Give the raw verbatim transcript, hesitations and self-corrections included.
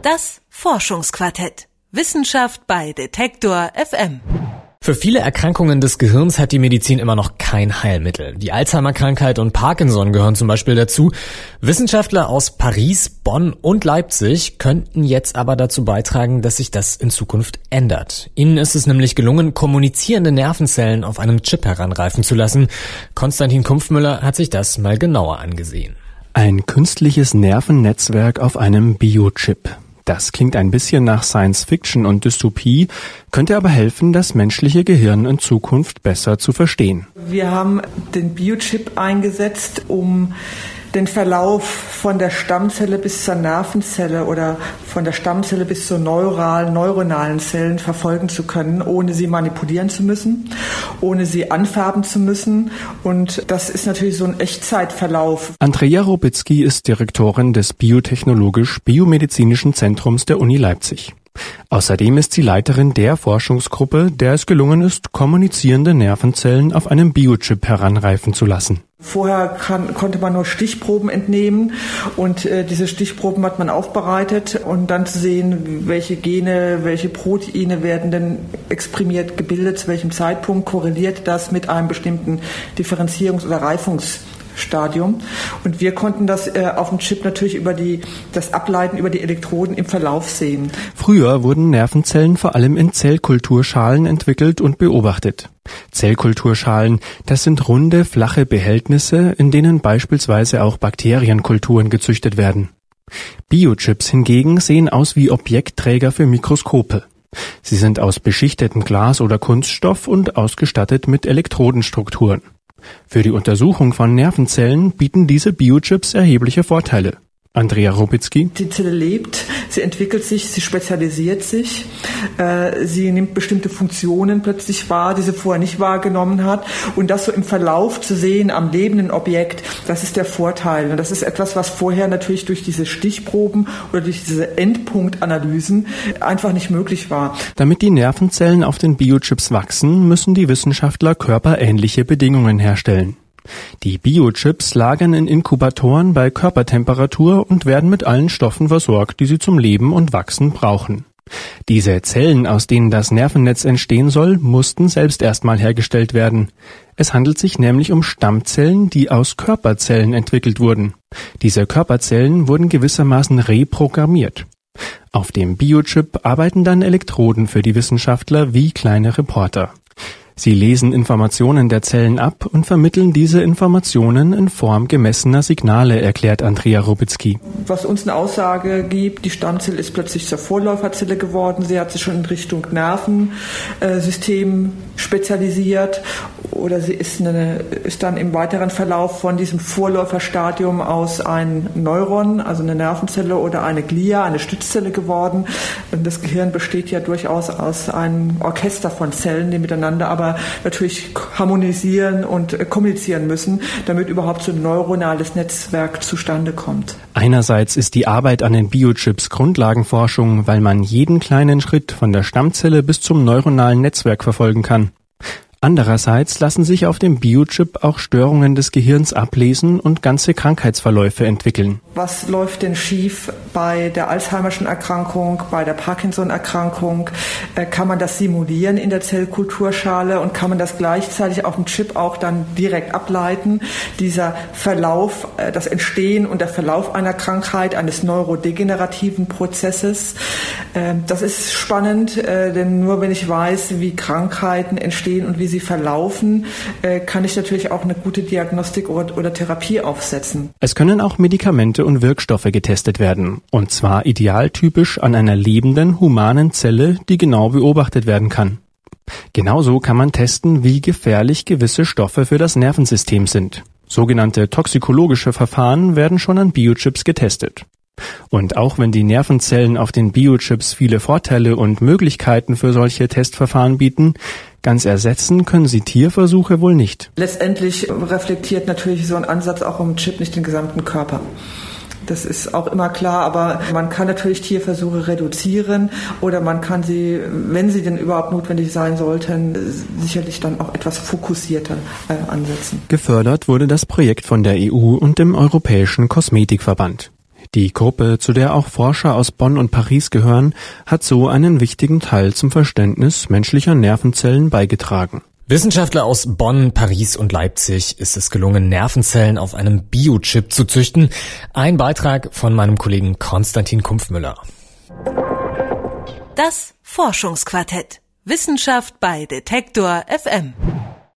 Das Forschungsquartett. Wissenschaft bei Detektor F M. Für viele Erkrankungen des Gehirns hat die Medizin immer noch kein Heilmittel. Die Alzheimer-Krankheit und Parkinson gehören zum Beispiel dazu. Wissenschaftler aus Paris, Bonn und Leipzig könnten jetzt aber dazu beitragen, dass sich das in Zukunft ändert. Ihnen ist es nämlich gelungen, kommunizierende Nervenzellen auf einem Chip heranreifen zu lassen. Konstantin Kumpfmüller hat sich das mal genauer angesehen. Ein künstliches Nervennetzwerk auf einem Biochip. Das klingt ein bisschen nach Science-Fiction und Dystopie, könnte aber helfen, das menschliche Gehirn in Zukunft besser zu verstehen. Wir haben den Biochip eingesetzt, um den Verlauf von der Stammzelle bis zur Nervenzelle oder von der Stammzelle bis zur neuralen, neuronalen Zellen verfolgen zu können, ohne sie manipulieren zu müssen, ohne sie anfärben zu müssen. Und das ist natürlich so ein Echtzeitverlauf. Andrea Robitzky ist Direktorin des Biotechnologisch-Biomedizinischen Zentrums der Uni Leipzig. Außerdem ist sie Leiterin der Forschungsgruppe, der es gelungen ist, kommunizierende Nervenzellen auf einem Biochip heranreifen zu lassen. Vorher kann, konnte man nur Stichproben entnehmen und äh, diese Stichproben hat man aufbereitet und dann zu sehen, welche Gene, welche Proteine werden denn exprimiert, gebildet, zu welchem Zeitpunkt korreliert das mit einem bestimmten Differenzierungs- oder Reifungs Stadium. Und wir konnten das äh, auf dem Chip natürlich über die, das Ableiten über die Elektroden im Verlauf sehen. Früher wurden Nervenzellen vor allem in Zellkulturschalen entwickelt und beobachtet. Zellkulturschalen, das sind runde, flache Behältnisse, in denen beispielsweise auch Bakterienkulturen gezüchtet werden. Biochips hingegen sehen aus wie Objektträger für Mikroskope. Sie sind aus beschichtetem Glas oder Kunststoff und ausgestattet mit Elektrodenstrukturen. Für die Untersuchung von Nervenzellen bieten diese Biochips erhebliche Vorteile. Andrea Robitzky. Die Zelle lebt, sie entwickelt sich, sie spezialisiert sich, äh, sie nimmt bestimmte Funktionen plötzlich wahr, die sie vorher nicht wahrgenommen hat. Und das so im Verlauf zu sehen am lebenden Objekt, das ist der Vorteil. Und das ist etwas, was vorher natürlich durch diese Stichproben oder durch diese Endpunktanalysen einfach nicht möglich war. Damit die Nervenzellen auf den Biochips wachsen, müssen die Wissenschaftler körperähnliche Bedingungen herstellen. Die Biochips lagern in Inkubatoren bei Körpertemperatur und werden mit allen Stoffen versorgt, die sie zum Leben und Wachsen brauchen. Diese Zellen, aus denen das Nervennetz entstehen soll, mussten selbst erstmal hergestellt werden. Es handelt sich nämlich um Stammzellen, die aus Körperzellen entwickelt wurden. Diese Körperzellen wurden gewissermaßen reprogrammiert. Auf dem Biochip arbeiten dann Elektroden für die Wissenschaftler wie kleine Reporter. Sie lesen Informationen der Zellen ab und vermitteln diese Informationen in Form gemessener Signale, erklärt Andrea Robitzky. Was uns eine Aussage gibt, die Stammzelle ist plötzlich zur Vorläuferzelle geworden. Sie hat sich schon in Richtung Nervensystem spezialisiert oder sie ist, eine, ist dann im weiteren Verlauf von diesem Vorläuferstadium aus ein Neuron, also eine Nervenzelle oder eine Glia, eine Stützzelle geworden. Und das Gehirn besteht ja durchaus aus einem Orchester von Zellen, die miteinander aber natürlich harmonisieren und kommunizieren müssen, damit überhaupt so ein neuronales Netzwerk zustande kommt. Einerseits ist die Arbeit an den Biochips Grundlagenforschung, weil man jeden kleinen Schritt von der Stammzelle bis zum neuronalen Netzwerk verfolgen kann. Andererseits lassen sich auf dem Biochip auch Störungen des Gehirns ablesen und ganze Krankheitsverläufe entwickeln. Was läuft denn schief bei der Alzheimerschen Erkrankung, bei der Parkinson-Erkrankung? Kann man das simulieren in der Zellkulturschale und kann man das gleichzeitig auf dem Chip auch dann direkt ableiten? Dieser Verlauf, das Entstehen und der Verlauf einer Krankheit, eines neurodegenerativen Prozesses, das ist spannend, denn nur wenn ich weiß, wie Krankheiten entstehen und wie sie verlaufen, kann ich natürlich auch eine gute Diagnostik oder, oder Therapie aufsetzen. Es können auch Medikamente und Wirkstoffe getestet werden, und zwar idealtypisch an einer lebenden, humanen Zelle, die genau beobachtet werden kann. Genauso kann man testen, wie gefährlich gewisse Stoffe für das Nervensystem sind. Sogenannte toxikologische Verfahren werden schon an Biochips getestet. Und auch wenn die Nervenzellen auf den Biochips viele Vorteile und Möglichkeiten für solche Testverfahren bieten, ganz ersetzen können sie Tierversuche wohl nicht. Letztendlich reflektiert natürlich so ein Ansatz auch im Chip nicht den gesamten Körper. Das ist auch immer klar, aber man kann natürlich Tierversuche reduzieren oder man kann sie, wenn sie denn überhaupt notwendig sein sollten, sicherlich dann auch etwas fokussierter äh, ansetzen. Gefördert wurde das Projekt von der E U und dem Europäischen Kosmetikverband. Die Gruppe, zu der auch Forscher aus Bonn und Paris gehören, hat so einen wichtigen Teil zum Verständnis menschlicher Nervenzellen beigetragen. Wissenschaftler aus Bonn, Paris und Leipzig ist es gelungen, Nervenzellen auf einem Biochip zu züchten. Ein Beitrag von meinem Kollegen Konstantin Kumpfmüller. Das Forschungsquartett. Wissenschaft bei Detektor F M.